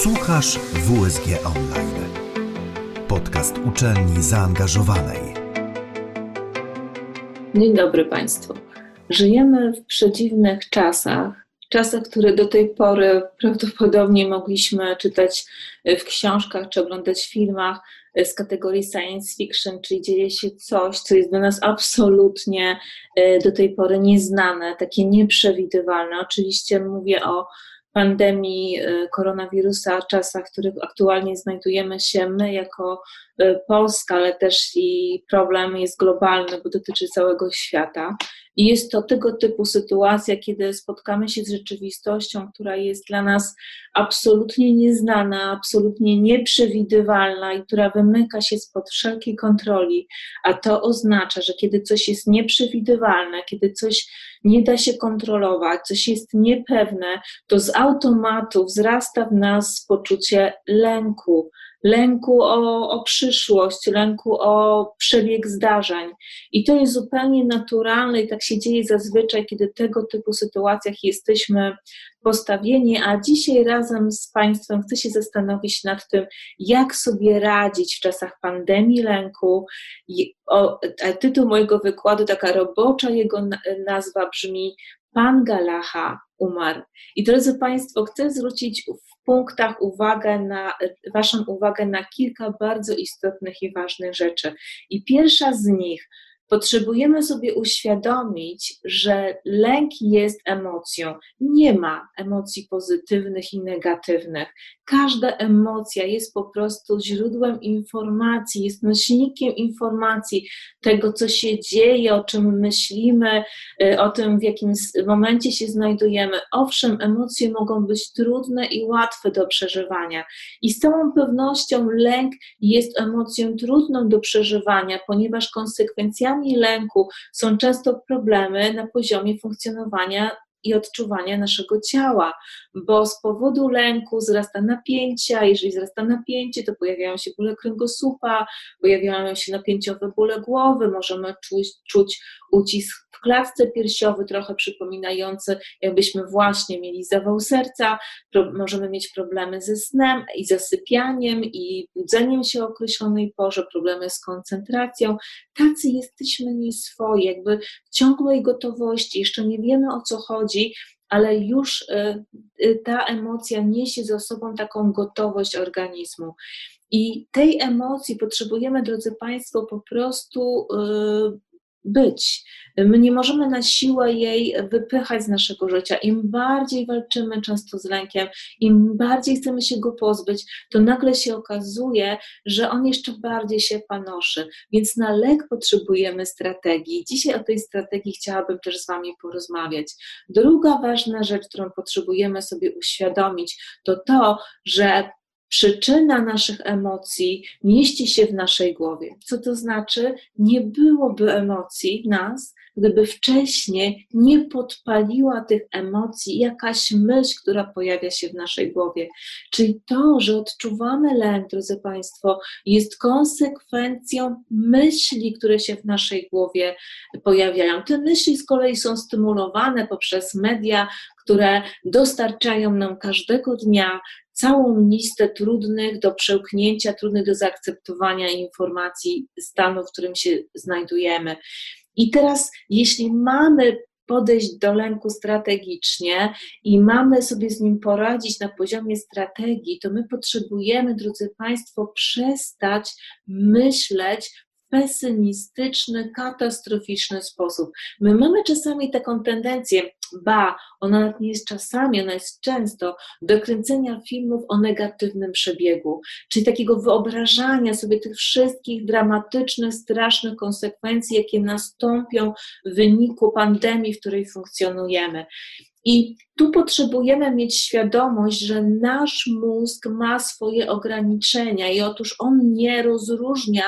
Słuchasz WSG Online. Podcast uczelni zaangażowanej. Dzień dobry Państwu. Żyjemy w przedziwnych czasach, które do tej pory prawdopodobnie mogliśmy czytać w książkach czy oglądać w filmach z kategorii science fiction, czyli dzieje się coś, co jest dla nas absolutnie do tej pory nieznane, takie nieprzewidywalne. Oczywiście mówię o pandemii koronawirusa, czasach, w których aktualnie znajdujemy się my jako Polska, ale też i problem jest globalny, bo dotyczy całego świata. I jest to tego typu sytuacja, kiedy spotkamy się z rzeczywistością, która jest dla nas absolutnie nieznana, absolutnie nieprzewidywalna i która wymyka się spod wszelkiej kontroli. A to oznacza, że kiedy coś jest nieprzewidywalne, kiedy coś nie da się kontrolować, coś jest niepewne, to z automatu wzrasta w nas poczucie lęku. Lęku o przyszłość, lęku o przebieg zdarzeń. I to jest zupełnie naturalne i tak się dzieje zazwyczaj, kiedy tego typu sytuacjach jesteśmy postawieni, a dzisiaj razem z Państwem chcę się zastanowić nad tym, jak sobie radzić w czasach pandemii lęku. Tytuł mojego wykładu, taka robocza jego nazwa brzmi Pan Galaha umarł. I drodzy Państwo, chcę zwrócić w punktach Waszą uwagę na kilka bardzo istotnych i ważnych rzeczy. I pierwsza z nich, potrzebujemy sobie uświadomić, że lęk jest emocją. Nie ma emocji pozytywnych i negatywnych. Każda emocja jest po prostu źródłem informacji, jest nośnikiem informacji tego, co się dzieje, o czym myślimy, o tym, w jakim momencie się znajdujemy. Owszem, emocje mogą być trudne i łatwe do przeżywania. I z całą pewnością lęk jest emocją trudną do przeżywania, ponieważ konsekwencjami lęku są często problemy na poziomie funkcjonowania i odczuwania naszego ciała, bo z powodu lęku wzrasta napięcie, a jeżeli wzrasta napięcie, to pojawiają się bóle kręgosłupa, pojawiają się napięciowe bóle głowy, możemy czuć ucisk w klatce piersiowej, trochę przypominający, jakbyśmy właśnie mieli zawał serca, możemy mieć problemy ze snem i zasypianiem i budzeniem się o określonej porze, problemy z koncentracją. Tacy jesteśmy nieswoi, jakby w ciągłej gotowości, jeszcze nie wiemy, o co chodzi, ale już ta emocja niesie ze sobą taką gotowość organizmu. I tej emocji potrzebujemy, drodzy Państwo, po prostu być. My nie możemy na siłę jej wypychać z naszego życia. Im bardziej walczymy często z lękiem, im bardziej chcemy się go pozbyć, to nagle się okazuje, że on jeszcze bardziej się panoszy. Więc na lęk potrzebujemy strategii. Dzisiaj o tej strategii chciałabym też z Wami porozmawiać. Druga ważna rzecz, którą potrzebujemy sobie uświadomić, to, że przyczyna naszych emocji mieści się w naszej głowie. Co to znaczy? Nie byłoby emocji w nas, gdyby wcześniej nie podpaliła tych emocji jakaś myśl, która pojawia się w naszej głowie. Czyli to, że odczuwamy lęk, drodzy Państwo, jest konsekwencją myśli, które się w naszej głowie pojawiają. Te myśli z kolei są stymulowane poprzez media, które dostarczają nam każdego dnia całą listę trudnych do przełknięcia, trudnych do zaakceptowania informacji stanu, w którym się znajdujemy. I teraz, jeśli mamy podejść do lęku strategicznie i mamy sobie z nim poradzić na poziomie strategii, to my potrzebujemy, drodzy Państwo, przestać myśleć w pesymistyczny, katastroficzny sposób. My mamy czasami taką tendencję, ona nawet nie jest czasami, ona jest często, do kręcenia filmów o negatywnym przebiegu, czyli takiego wyobrażania sobie tych wszystkich dramatycznych, strasznych konsekwencji, jakie nastąpią w wyniku pandemii, w której funkcjonujemy. I tu potrzebujemy mieć świadomość, że nasz mózg ma swoje ograniczenia i otóż on nie rozróżnia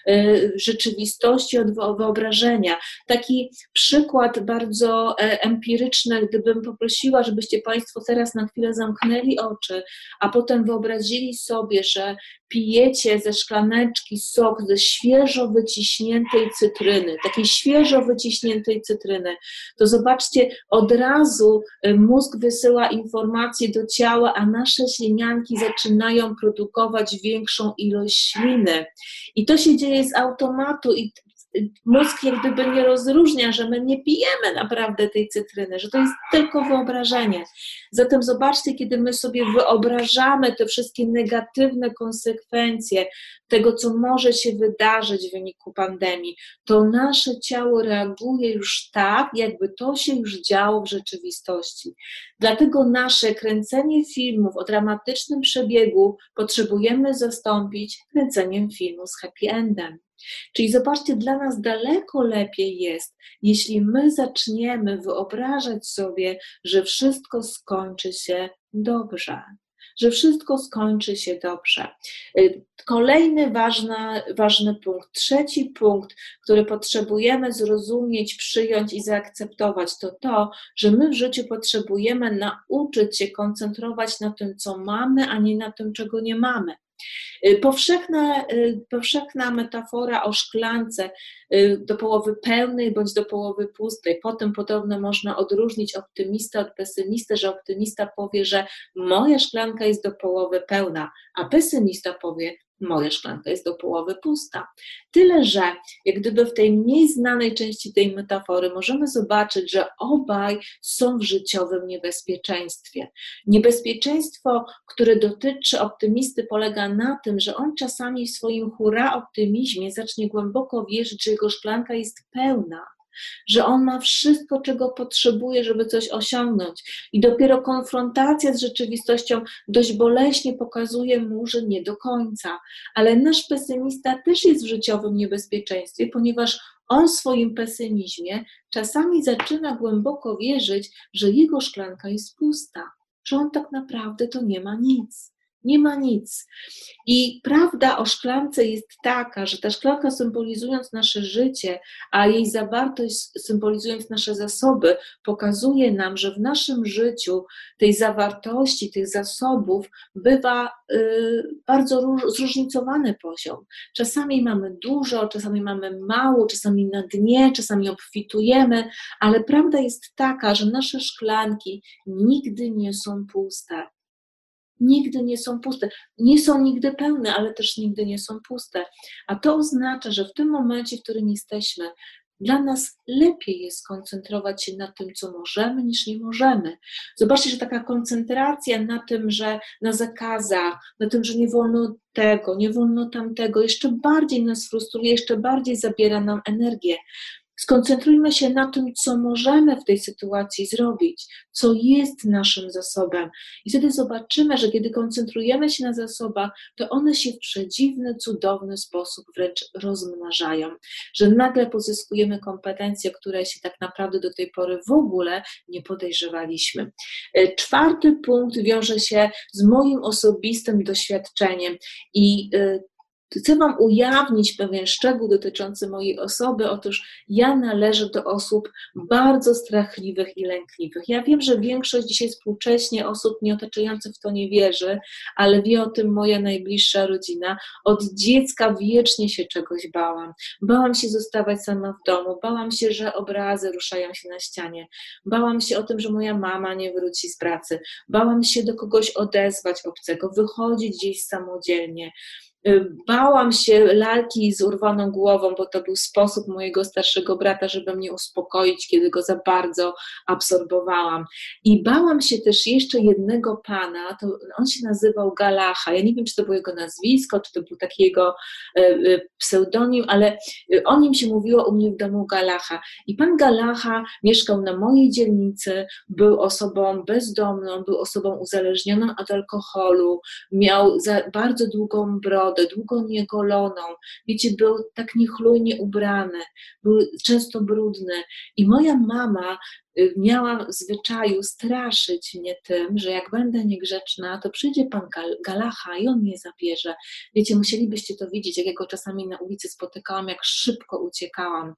rzeczywistości od wyobrażenia. Taki przykład bardzo empiryczny, gdybym poprosiła, żebyście Państwo teraz na chwilę zamknęli oczy, a potem wyobrazili sobie, że pijecie ze szklaneczki sok ze świeżo wyciśniętej cytryny, takiej świeżo wyciśniętej cytryny, to zobaczcie, od razu mózg wysyła informacje do ciała, a nasze ślinianki zaczynają produkować większą ilość śliny. I to się dzieje z automatu i mózg jak gdyby nie rozróżnia, że my nie pijemy naprawdę tej cytryny, że to jest tylko wyobrażenie. Zatem zobaczcie, kiedy my sobie wyobrażamy te wszystkie negatywne konsekwencje tego, co może się wydarzyć w wyniku pandemii, to nasze ciało reaguje już tak, jakby to się już działo w rzeczywistości. Dlatego nasze kręcenie filmów o dramatycznym przebiegu potrzebujemy zastąpić kręceniem filmu z happy endem. Czyli zobaczcie, dla nas daleko lepiej jest, jeśli my zaczniemy wyobrażać sobie, że wszystko skończy się dobrze. Że wszystko skończy się dobrze. Kolejny ważny punkt, trzeci punkt, który potrzebujemy zrozumieć, przyjąć i zaakceptować, to to, że my w życiu potrzebujemy nauczyć się koncentrować na tym, co mamy, a nie na tym, czego nie mamy. Powszechna metafora o szklance do połowy pełnej bądź do połowy pustej. Potem podobno można odróżnić optymistę od pesymistę, że optymista powie, że moja szklanka jest do połowy pełna, a pesymista powie, moja szklanka jest do połowy pusta. Tyle, że jak gdyby w tej mniej znanej części tej metafory możemy zobaczyć, że obaj są w życiowym niebezpieczeństwie. Niebezpieczeństwo, które dotyczy optymisty, polega na tym, że on czasami w swoim hurra optymizmie zacznie głęboko wierzyć, że jego szklanka jest pełna, że on ma wszystko, czego potrzebuje, żeby coś osiągnąć. I dopiero konfrontacja z rzeczywistością dość boleśnie pokazuje mu, że nie do końca. Ale nasz pesymista też jest w życiowym niebezpieczeństwie, ponieważ on w swoim pesymizmie czasami zaczyna głęboko wierzyć, że jego szklanka jest pusta, że on tak naprawdę to nie ma nic. Nie ma nic. I prawda o szklance jest taka, że ta szklanka symbolizując nasze życie, a jej zawartość symbolizując nasze zasoby, pokazuje nam, że w naszym życiu tej zawartości, tych zasobów bywa bardzo zróżnicowany poziom. Czasami mamy dużo, czasami mamy mało, czasami na dnie, czasami obfitujemy, ale prawda jest taka, że nasze szklanki nigdy nie są puste. Nigdy nie są puste. Nie są nigdy pełne, ale też nigdy nie są puste. A to oznacza, że w tym momencie, w którym jesteśmy, dla nas lepiej jest skoncentrować się na tym, co możemy, niż nie możemy. Zobaczcie, że taka koncentracja na tym, że na zakazach, na tym, że nie wolno tego, nie wolno tamtego, jeszcze bardziej nas frustruje, jeszcze bardziej zabiera nam energię. Skoncentrujmy się na tym, co możemy w tej sytuacji zrobić, co jest naszym zasobem. I wtedy zobaczymy, że kiedy koncentrujemy się na zasobach, to one się w przedziwny, cudowny sposób wręcz rozmnażają. Że nagle pozyskujemy kompetencje, które się tak naprawdę do tej pory w ogóle nie podejrzewaliśmy. Czwarty punkt wiąże się z moim osobistym doświadczeniem i chcę Wam ujawnić pewien szczegół dotyczący mojej osoby. Otóż ja należę do osób bardzo strachliwych i lękliwych. Ja wiem, że większość dzisiaj współcześnie osób mnie otaczających w to nie wierzy, ale wie o tym moja najbliższa rodzina. Od dziecka wiecznie się czegoś bałam. Bałam się zostawać sama w domu, bałam się, że obrazy ruszają się na ścianie, bałam się o tym, że moja mama nie wróci z pracy, bałam się do kogoś odezwać obcego, wychodzić gdzieś samodzielnie. Bałam się lalki z urwaną głową, bo to był sposób mojego starszego brata, żeby mnie uspokoić, kiedy go za bardzo absorbowałam. I bałam się też jeszcze jednego pana, to on się nazywał Galacha. Ja nie wiem, czy to było jego nazwisko, czy to był taki jego pseudonim, ale o nim się mówiło u mnie w domu Galacha. I pan Galacha mieszkał na mojej dzielnicy, był osobą bezdomną, był osobą uzależnioną od alkoholu, miał bardzo długą brodę, długo niegoloną, wiecie, był tak niechlujnie ubrany, był często brudny i moja mama miała w zwyczaju straszyć mnie tym, że jak będę niegrzeczna, to przyjdzie pan Galacha i on mnie zabierze. Wiecie, musielibyście to widzieć, jak ja go czasami na ulicy spotykałam, jak szybko uciekałam.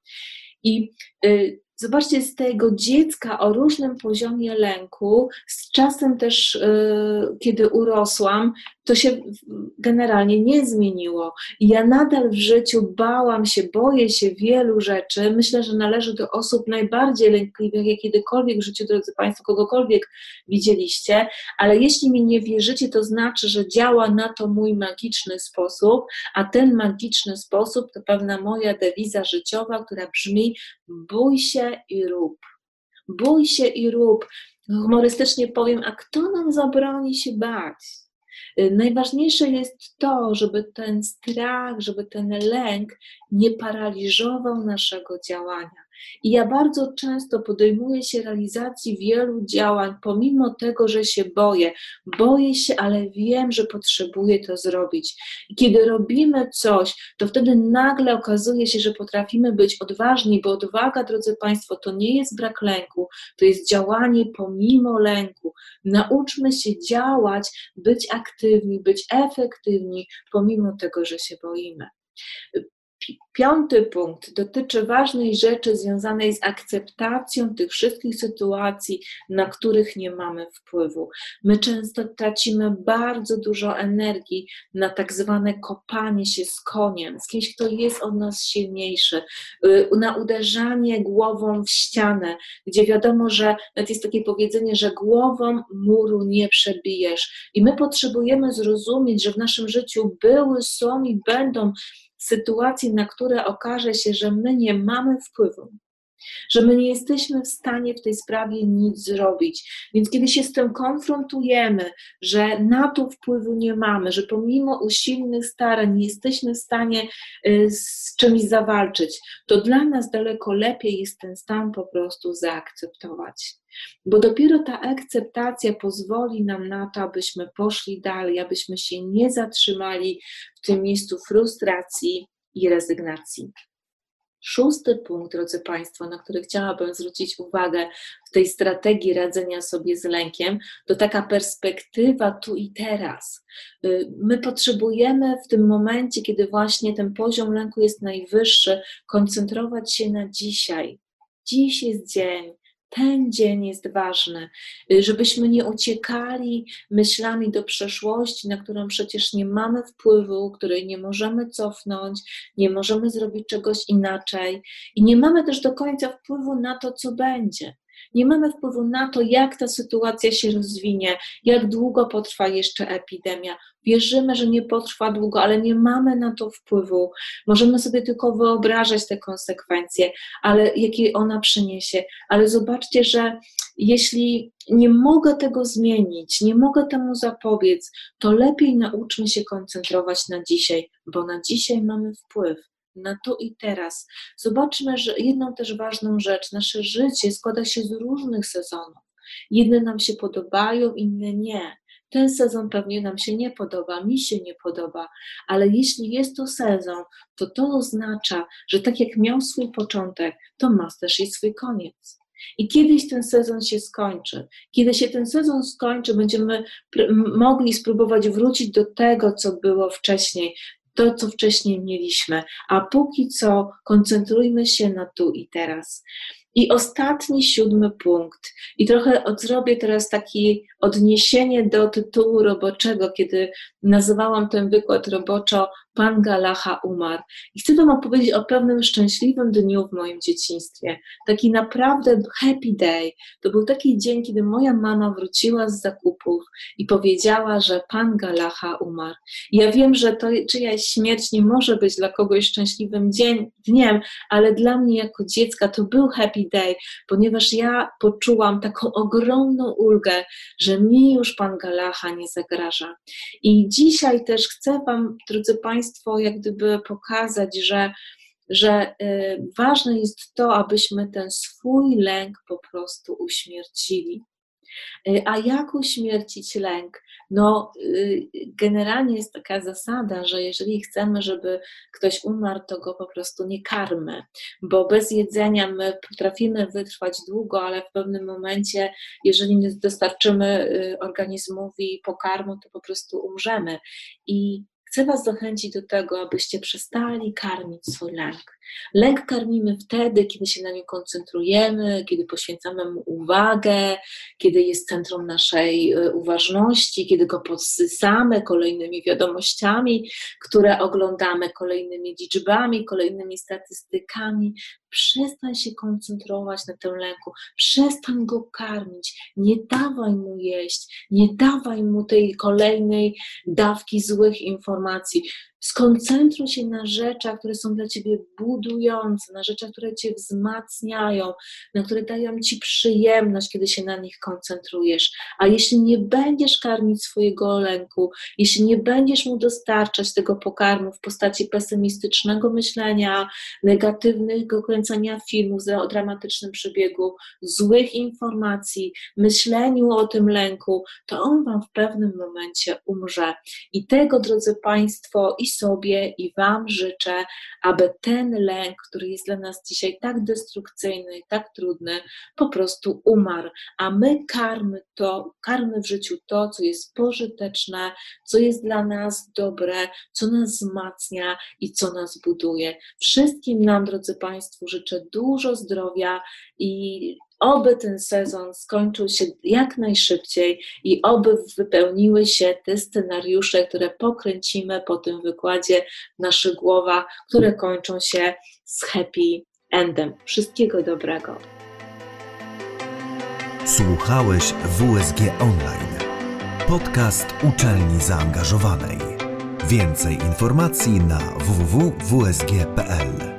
I zobaczcie, z tego dziecka o różnym poziomie lęku, z czasem też, kiedy urosłam, to się generalnie nie zmieniło. I ja nadal w życiu boję się wielu rzeczy. Myślę, że należę do osób najbardziej lękliwych, jak kiedykolwiek w życiu, drodzy Państwo, kogokolwiek widzieliście, ale jeśli mi nie wierzycie, to znaczy, że działa na to mój magiczny sposób, a ten magiczny sposób to pewna moja dewiza życiowa, która brzmi: bój się i rób. Bój się i rób. Humorystycznie powiem, a kto nam zabroni się bać? Najważniejsze jest to, żeby ten strach, żeby ten lęk nie paraliżował naszego działania. I ja bardzo często podejmuję się realizacji wielu działań, pomimo tego, że się boję. Boję się, ale wiem, że potrzebuję to zrobić. I kiedy robimy coś, to wtedy nagle okazuje się, że potrafimy być odważni, bo odwaga, drodzy Państwo, to nie jest brak lęku, to jest działanie pomimo lęku. Nauczmy się działać, być aktywni, być efektywni, pomimo tego, że się boimy. 5. punkt dotyczy ważnej rzeczy związanej z akceptacją tych wszystkich sytuacji, na których nie mamy wpływu. My często tracimy bardzo dużo energii na tak zwane kopanie się z koniem, z kimś, kto jest od nas silniejszy, na uderzanie głową w ścianę, gdzie wiadomo, że nawet jest takie powiedzenie, że głową muru nie przebijesz. I my potrzebujemy zrozumieć, że w naszym życiu były, są i będą sytuacji, na które okaże się, że my nie mamy wpływu, że my nie jesteśmy w stanie w tej sprawie nic zrobić. Więc kiedy się z tym konfrontujemy, że na to wpływu nie mamy, że pomimo usilnych starań nie jesteśmy w stanie z czymś zawalczyć, to dla nas daleko lepiej jest ten stan po prostu zaakceptować. Bo dopiero ta akceptacja pozwoli nam na to, abyśmy poszli dalej, abyśmy się nie zatrzymali w tym miejscu frustracji i rezygnacji. 6. punkt, drodzy Państwo, na który chciałabym zwrócić uwagę w tej strategii radzenia sobie z lękiem, to taka perspektywa tu i teraz. My potrzebujemy w tym momencie, kiedy właśnie ten poziom lęku jest najwyższy, koncentrować się na dzisiaj. Dziś jest dzień. Ten dzień jest ważny, żebyśmy nie uciekali myślami do przeszłości, na którą przecież nie mamy wpływu, której nie możemy cofnąć, nie możemy zrobić czegoś inaczej i nie mamy też do końca wpływu na to, co będzie. Nie mamy wpływu na to, jak ta sytuacja się rozwinie, jak długo potrwa jeszcze epidemia. Wierzymy, że nie potrwa długo, ale nie mamy na to wpływu. Możemy sobie tylko wyobrażać te konsekwencje, jakie ona przyniesie. Ale zobaczcie, że jeśli nie mogę tego zmienić, nie mogę temu zapobiec, to lepiej nauczmy się koncentrować na dzisiaj, bo na dzisiaj mamy wpływ. Na tu i teraz. Zobaczmy, że jedną też ważną rzecz, nasze życie składa się z różnych sezonów. Jedne nam się podobają, inne nie. Ten sezon pewnie nam się nie podoba, mi się nie podoba, ale jeśli jest to sezon, to oznacza, że tak jak miał swój początek, to ma też i swój koniec. I kiedyś ten sezon się skończy. Kiedy się ten sezon skończy, będziemy mogli spróbować wrócić do tego, co było wcześniej, to, co wcześniej mieliśmy, a póki co koncentrujmy się na tu i teraz. I ostatni 7. punkt. I trochę zrobię teraz takie odniesienie do tytułu roboczego, kiedy nazywałam ten wykład roboczo Pan Galaha umarł. I chcę Wam opowiedzieć o pewnym szczęśliwym dniu w moim dzieciństwie. Taki naprawdę happy day. To był taki dzień, kiedy moja mama wróciła z zakupów i powiedziała, że Pan Galaha umarł. I ja wiem, że to czyjaś śmierć nie może być dla kogoś szczęśliwym dniem, ale dla mnie jako dziecka to był happy day, ponieważ ja poczułam taką ogromną ulgę, że mi już Pan Galaha nie zagraża. I dzisiaj też chcę Wam, drodzy Państwo, jak gdyby pokazać, że ważne jest to, abyśmy ten swój lęk po prostu uśmiercili. A jak uśmiercić lęk? No, generalnie jest taka zasada, że jeżeli chcemy, żeby ktoś umarł, to go po prostu nie karmy, bo bez jedzenia my potrafimy wytrwać długo, ale w pewnym momencie, jeżeli nie dostarczymy organizmowi pokarmu, to po prostu umrzemy. I chcę Was zachęcić do tego, abyście przestali karmić swój lęk. Lęk karmimy wtedy, kiedy się na nim koncentrujemy, kiedy poświęcamy mu uwagę, kiedy jest centrum naszej uważności, kiedy go podsycamy kolejnymi wiadomościami, które oglądamy, kolejnymi liczbami, kolejnymi statystykami. Przestań się koncentrować na tym lęku, przestań go karmić, nie dawaj mu jeść, nie dawaj mu tej kolejnej dawki złych informacji. Skoncentruj się na rzeczach, które są dla Ciebie budujące, na rzeczach, które Cię wzmacniają, na które dają Ci przyjemność, kiedy się na nich koncentrujesz. A jeśli nie będziesz karmić swojego lęku, jeśli nie będziesz mu dostarczać tego pokarmu w postaci pesymistycznego myślenia, negatywnego kręcenia filmów o dramatycznym przebiegu, złych informacji, myśleniu o tym lęku, to on Wam w pewnym momencie umrze. I tego, drodzy Państwo, i sobie, i Wam życzę, aby ten lęk, który jest dla nas dzisiaj tak destrukcyjny i tak trudny, po prostu umarł. A my karmy w życiu to, co jest pożyteczne, co jest dla nas dobre, co nas wzmacnia i co nas buduje. Wszystkim nam, drodzy Państwo, życzę dużo zdrowia i oby ten sezon skończył się jak najszybciej i oby wypełniły się te scenariusze, które pokręcimy po tym wykładzie w naszych głowach, które kończą się z happy endem. Wszystkiego dobrego. Słuchałeś WSG Online. Podcast uczelni zaangażowanej. Więcej informacji na www.wsg.pl.